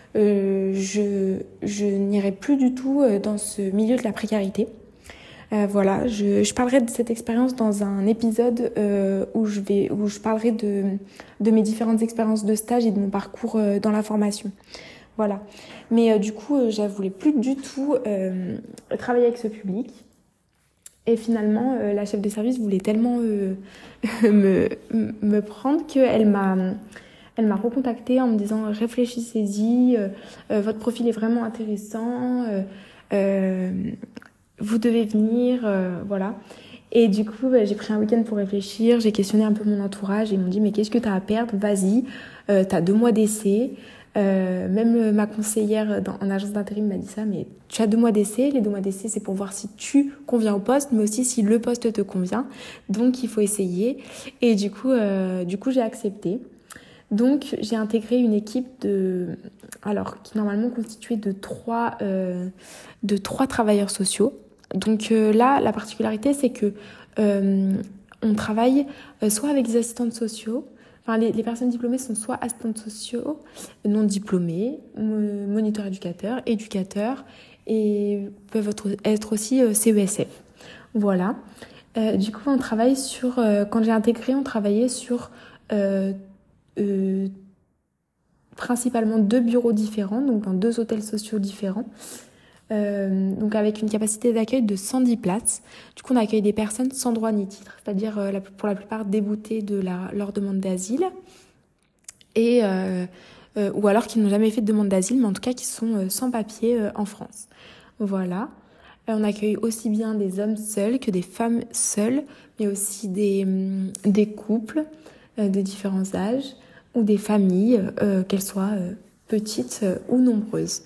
je n'irai plus du tout dans ce milieu de la précarité. Voilà, je parlerai de cette expérience dans un épisode où je parlerai de mes différentes expériences de stage et de mon parcours dans la formation. Voilà. Mais du coup, je voulais plus du tout travailler avec ce public. Et finalement, la chef de service voulait tellement me prendre qu'elle m'a recontactée en me disant « Réfléchissez-y, votre profil est vraiment intéressant, vous devez venir, voilà. » Et du coup, j'ai pris un week-end pour réfléchir, j'ai questionné un peu mon entourage et ils m'ont dit « Mais qu'est-ce que tu as à perdre ? Vas-y, t'as 2 mois d'essai. » Même ma conseillère en agence d'intérim m'a dit ça, mais tu as 2 mois d'essai. Les 2 mois d'essai, c'est pour voir si tu conviens au poste, mais aussi si le poste te convient. Donc, il faut essayer. Et du coup, j'ai accepté. Donc, j'ai intégré une équipe qui est normalement constituée de 3 travailleurs sociaux. Donc là, la particularité, c'est que on travaille soit avec des assistantes sociaux. Enfin, les personnes diplômées sont soit assistantes sociaux, non diplômées, moniteurs éducateurs et peuvent être aussi CESF. Voilà. Du coup, on travaille quand j'ai intégré, on travaillait sur principalement 2 bureaux différents, donc dans 2 hôtels sociaux différents. Donc avec une capacité d'accueil de 110 places. Du coup, on accueille des personnes sans droit ni titre, c'est-à-dire pour la plupart déboutées de leur demande d'asile, et ou alors qui n'ont jamais fait de demande d'asile, mais en tout cas qui sont sans papier en France. Voilà. On accueille aussi bien des hommes seuls que des femmes seules, mais aussi des couples de différents âges ou des familles, qu'elles soient petites ou nombreuses.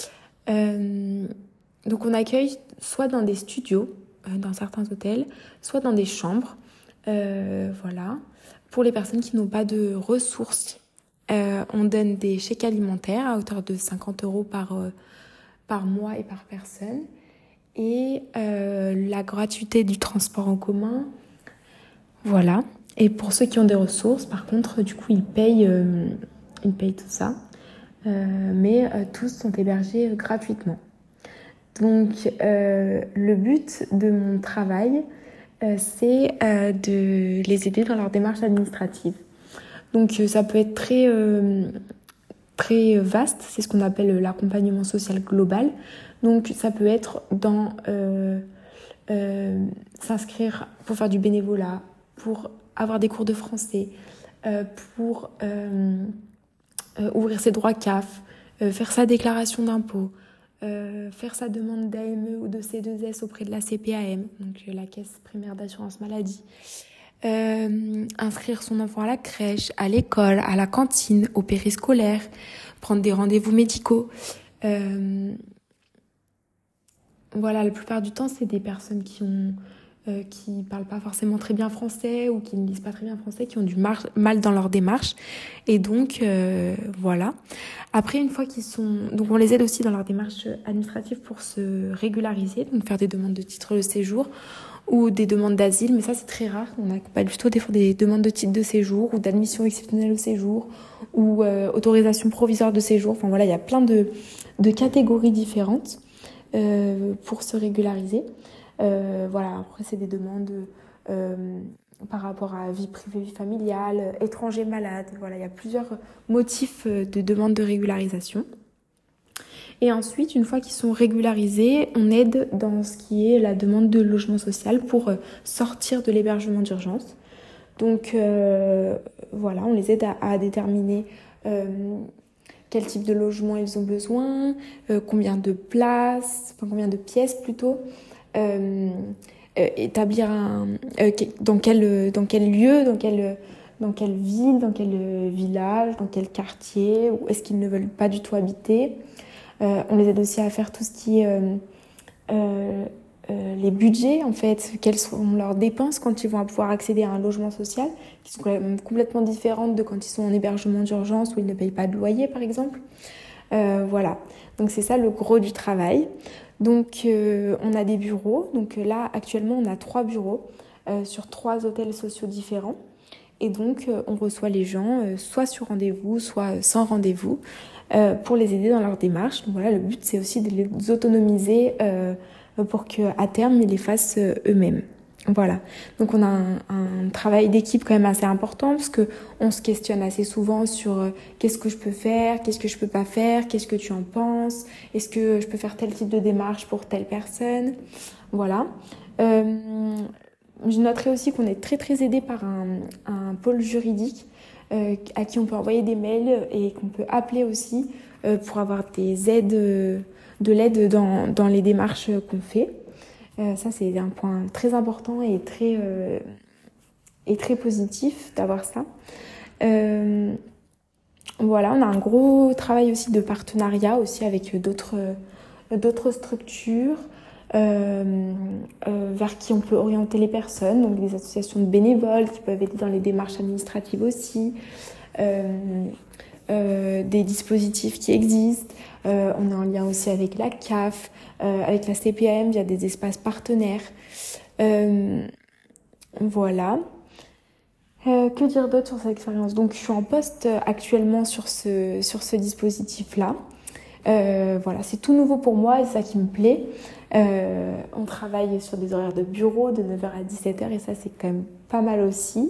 Donc on accueille soit dans des studios, dans certains hôtels, soit dans des chambres, voilà. Pour les personnes qui n'ont pas de ressources, on donne des chèques alimentaires à hauteur de 50 € par mois et par personne, et la gratuité du transport en commun, voilà. Et pour ceux qui ont des ressources, par contre, du coup, ils payent tout ça. Mais tous sont hébergés gratuitement. Donc le but de mon travail, c'est de les aider dans leur démarche administrative. Donc ça peut être très vaste, c'est ce qu'on appelle l'accompagnement social global. Donc ça peut être dans s'inscrire pour faire du bénévolat, pour avoir des cours de français, pour ouvrir ses droits CAF, faire sa déclaration d'impôt, faire sa demande d'AME ou de C2S auprès de la CPAM, donc la caisse primaire d'assurance maladie, inscrire son enfant à la crèche, à l'école, à la cantine, au périscolaire, prendre des rendez-vous médicaux. Voilà, la plupart du temps, c'est des personnes qui parlent pas forcément très bien français ou qui ne lisent pas très bien français, qui ont du mal dans leur démarche. Et donc, voilà. Après, une fois donc on les aide aussi dans leur démarche administrative pour se régulariser, donc faire des demandes de titre de séjour ou des demandes d'asile, mais ça, c'est très rare. On accompagne plutôt des demandes de titre de séjour ou d'admission exceptionnelle au séjour ou autorisation provisoire de séjour. Enfin, voilà, il y a plein de catégories différentes pour se régulariser. Voilà, après c'est des demandes par rapport à vie privée, vie familiale, étranger malade. Voilà, il y a plusieurs motifs de demande de régularisation. Et ensuite, une fois qu'ils sont régularisés, on aide dans ce qui est la demande de logement social pour sortir de l'hébergement d'urgence. Donc voilà, on les aide à déterminer quel type de logement ils ont besoin, combien de pièces plutôt, établir dans quel lieu, dans quelle ville, dans quel village, dans quel quartier, où est-ce qu'ils ne veulent pas du tout habiter. On les aide aussi à faire tout ce qui est les budgets, en fait, quelles sont leurs dépenses quand ils vont pouvoir accéder à un logement social, qui sont quand même complètement différentes de quand ils sont en hébergement d'urgence où ils ne payent pas de loyer, par exemple. Voilà, donc c'est ça le gros du travail. Donc on a des bureaux, donc là actuellement on a 3 bureaux sur 3 hôtels sociaux différents. Et donc, on reçoit les gens soit sur rendez-vous, soit sans rendez-vous, pour les aider dans leur démarche. Donc voilà, le but, c'est aussi de les autonomiser pour qu'à terme, ils les fassent eux-mêmes. Voilà. Donc, on a un travail d'équipe quand même assez important parce qu'on se questionne assez souvent sur qu'est-ce que je peux faire, qu'est-ce que je peux pas faire, qu'est-ce que tu en penses, est-ce que je peux faire tel type de démarche pour telle personne. Voilà. Je noterai aussi qu'on est très très aidé par un pôle juridique à qui on peut envoyer des mails et qu'on peut appeler aussi pour avoir des aides, de l'aide dans les démarches qu'on fait. Ça c'est un point très important et très positif d'avoir ça. Voilà, on a un gros travail aussi de partenariat aussi avec d'autres structures. Vers qui on peut orienter les personnes, donc des associations de bénévoles qui peuvent aider dans les démarches administratives aussi, des dispositifs qui existent. On est en lien aussi avec la CAF, avec la CPAM via des espaces partenaires. Voilà. Que dire d'autre sur cette expérience? Donc je suis en poste actuellement sur ce dispositif-là. Voilà, c'est tout nouveau pour moi et c'est ça qui me plaît. On travaille sur des horaires de bureau de 9h à 17h et ça c'est quand même pas mal aussi.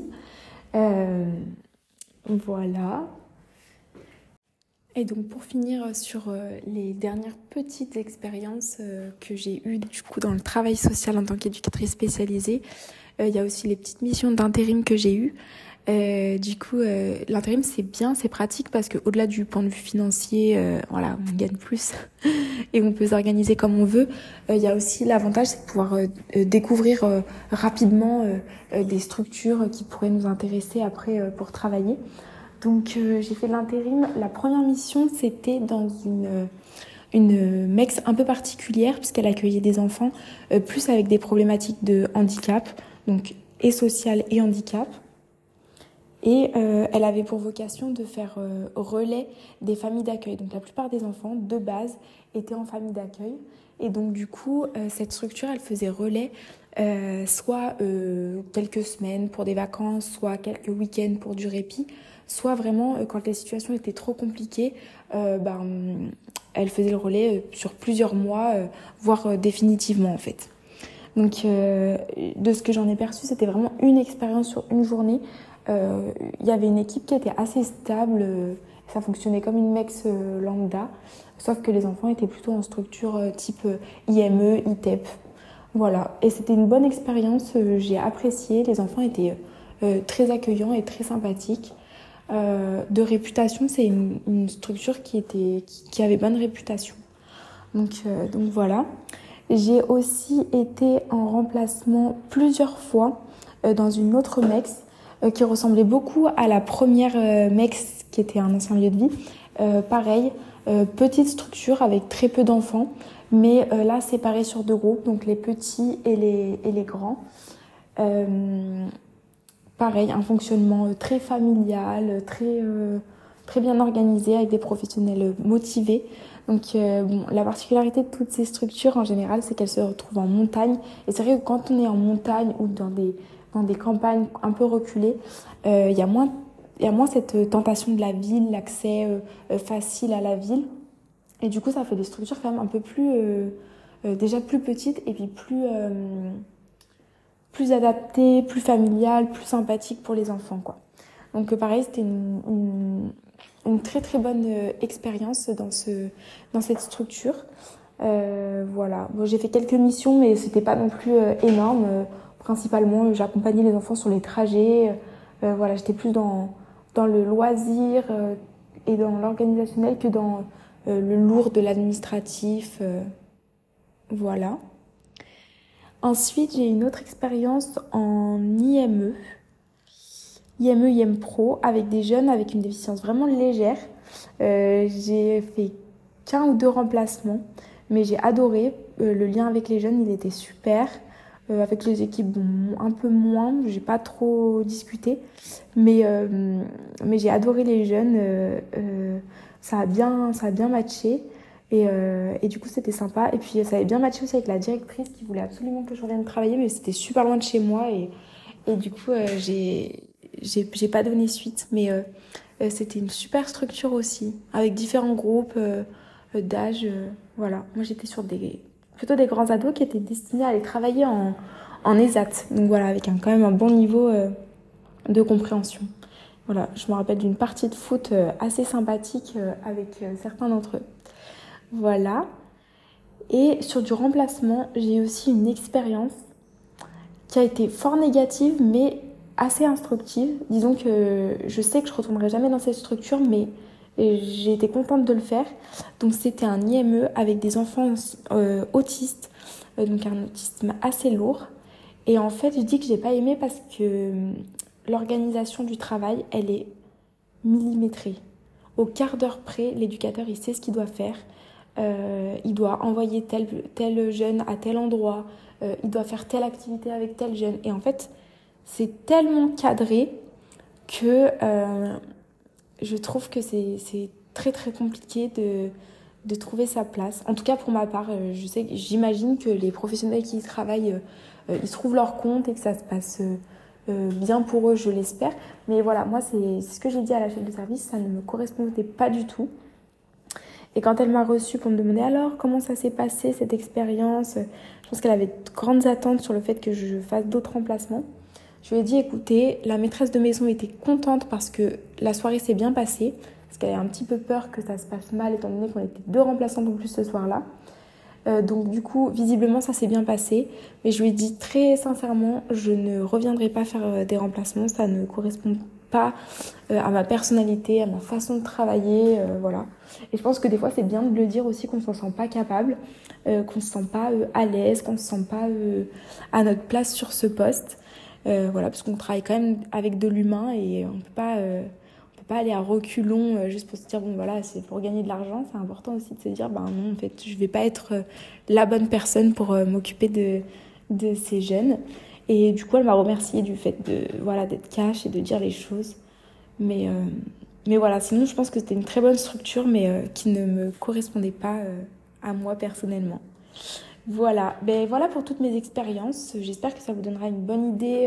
Voilà. Et donc pour finir sur les dernières petites expériences que j'ai eues du coup dans le travail social en tant qu'éducatrice spécialisée, il y a aussi les petites missions d'intérim que j'ai eues. Du coup, l'intérim c'est bien, c'est pratique parce que au-delà du point de vue financier, voilà, on gagne plus et on peut s'organiser comme on veut. Il y a aussi l'avantage, c'est de pouvoir découvrir rapidement des structures qui pourraient nous intéresser après pour travailler. Donc j'ai fait de l'intérim. La première mission, c'était dans une MEX un peu particulière puisqu'elle accueillait des enfants plus avec des problématiques de handicap, donc et social et handicap. Et elle avait pour vocation de faire relais des familles d'accueil. Donc la plupart des enfants, de base, étaient en famille d'accueil. Et donc du coup, cette structure, elle faisait relais soit quelques semaines pour des vacances, soit quelques week-ends pour du répit, soit vraiment quand les situations étaient trop compliquées, elle faisait le relais sur plusieurs mois, voire définitivement en fait. Donc de ce que j'en ai perçu, c'était vraiment une expérience sur une journée. Il y avait une équipe qui était assez stable, ça fonctionnait comme une MEX lambda, sauf que les enfants étaient plutôt en structure type IME, ITEP. Voilà, et c'était une bonne expérience, j'ai apprécié, les enfants étaient très accueillants et très sympathiques. De réputation, c'est une structure qui avait bonne réputation. Donc voilà. J'ai aussi été en remplacement plusieurs fois dans une autre MEX qui ressemblait beaucoup à la première MEX qui était un ancien lieu de vie. Pareil, petite structure avec très peu d'enfants, mais là séparés sur 2 groupes, donc les petits et les grands. Pareil, un fonctionnement très familial, très bien organisé avec des professionnels motivés. Donc la particularité de toutes ces structures en général, c'est qu'elles se retrouvent en montagne. Et c'est vrai que quand on est en montagne ou dans des campagnes un peu reculées, il y a moins cette tentation de la ville, l'accès facile à la ville. Et du coup, ça fait des structures quand même un peu plus, déjà plus petites et puis plus adaptées, plus familiales, plus sympathiques pour les enfants, quoi. Donc pareil, c'était une très très bonne expérience dans cette structure. Voilà. Bon, j'ai fait quelques missions, mais c'était pas non plus énorme. Principalement, j'accompagnais les enfants sur les trajets. Voilà, j'étais plus dans le loisir, et dans l'organisationnel que dans le lourd de l'administratif. Voilà. Ensuite, j'ai une autre expérience en IME, IM Pro, avec des jeunes avec une déficience vraiment légère. J'ai fait qu'un ou deux remplacements, mais j'ai adoré. Le lien avec les jeunes, il était super. Avec les équipes, bon, un peu moins, j'ai pas trop discuté, mais j'ai adoré les jeunes. Ça a bien matché. Et du coup, c'était sympa. Et puis, ça avait bien matché aussi avec la directrice qui voulait absolument que je revienne travailler, mais c'était super loin de chez moi. Et du coup, j'ai pas donné suite. Mais c'était une super structure aussi, avec différents groupes d'âge. Voilà. Moi, j'étais sur plutôt des grands ados qui étaient destinés à aller travailler en ESAT. Donc voilà, avec quand même un bon niveau de compréhension. Voilà, je me rappelle d'une partie de foot assez sympathique avec certains d'entre eux. Voilà. Et sur du remplacement, j'ai aussi une expérience qui a été fort négative, mais assez instructive. Disons que je sais que je ne retournerai jamais dans cette structure, mais j'ai été contente de le faire. Donc c'était un IME avec des enfants autistes, donc un autisme assez lourd. Et en fait, je dis que j'ai pas aimé parce que l'organisation du travail, elle est millimétrée. Au quart d'heure près, l'éducateur, il sait ce qu'il doit faire. Il doit envoyer tel jeune à tel endroit. Il doit faire telle activité avec tel jeune. Et en fait, c'est tellement cadré que je trouve que c'est très très compliqué de trouver sa place. En tout cas, pour ma part, j'imagine que les professionnels qui y travaillent, ils trouvent leur compte et que ça se passe bien pour eux, je l'espère. Mais voilà, moi, c'est ce que j'ai dit à la chef de service, ça ne me correspondait pas du tout. Et quand elle m'a reçue pour me demander alors comment ça s'est passé cette expérience, je pense qu'elle avait de grandes attentes sur le fait que je fasse d'autres remplacements. Je lui ai dit écoutez, la maîtresse de maison était contente parce que la soirée s'est bien passée, parce qu'elle avait un petit peu peur que ça se passe mal étant donné qu'on était 2 remplaçantes en plus ce soir-là. Donc du coup, visiblement, ça s'est bien passé. Mais je lui ai dit très sincèrement, je ne reviendrai pas faire des remplacements, ça ne correspond pas à ma personnalité, à ma façon de travailler, voilà. Et je pense que des fois, c'est bien de le dire aussi qu'on ne s'en sent pas capable, qu'on ne se sent pas à l'aise, qu'on ne se sent pas à notre place sur ce poste. Voilà, parce qu'on travaille quand même avec de l'humain et on peut pas aller à reculons juste pour se dire bon voilà, c'est pour gagner de l'argent. C'est important aussi de se dire ben non, en fait je vais pas être la bonne personne pour m'occuper de ces jeunes. Et du coup elle m'a remerciée du fait d'être cash et de dire les choses, mais voilà, sinon je pense que c'était une très bonne structure mais qui ne me correspondait pas à moi personnellement. Voilà, voilà pour toutes mes expériences. J'espère que ça vous donnera une bonne idée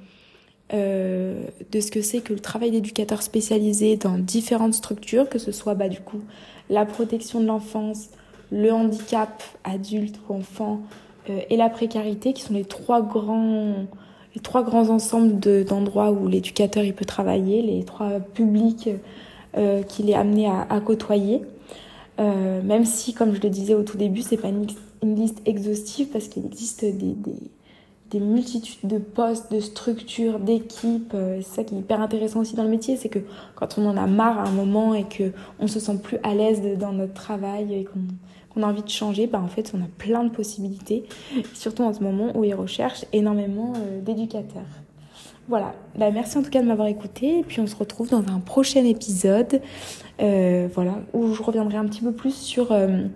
de ce que c'est que le travail d'éducateur spécialisé dans différentes structures, que ce soit du coup la protection de l'enfance, le handicap adulte ou enfant et la précarité, qui sont les trois grands ensembles d'endroits où l'éducateur il peut travailler, les trois publics qu'il est amené à côtoyer. Même si, comme je le disais au tout début, c'est pas une liste exhaustive parce qu'il existe des multitudes de postes, de structures, d'équipes. C'est ça qui est hyper intéressant aussi dans le métier, c'est que quand on en a marre à un moment et qu'on se sent plus à l'aise dans notre travail et qu'on a envie de changer, en fait on a plein de possibilités, surtout en ce moment où ils recherchent énormément d'éducateurs. Voilà, merci en tout cas de m'avoir écouté et puis on se retrouve dans un prochain épisode où je reviendrai un petit peu plus sur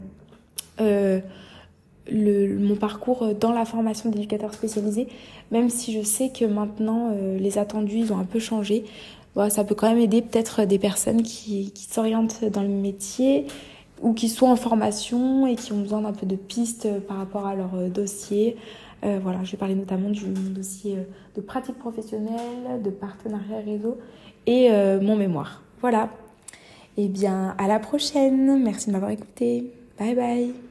mon parcours dans la formation d'éducateur spécialisé, même si je sais que maintenant les attendus ils ont un peu changé. Ça peut quand même aider peut-être des personnes qui s'orientent dans le métier ou qui sont en formation et qui ont besoin d'un peu de pistes par rapport à leur dossier. Je vais parler notamment du dossier de pratique professionnelle, de partenariat réseau et mon mémoire. Voilà. À la prochaine. Merci de m'avoir écouté. Bye bye.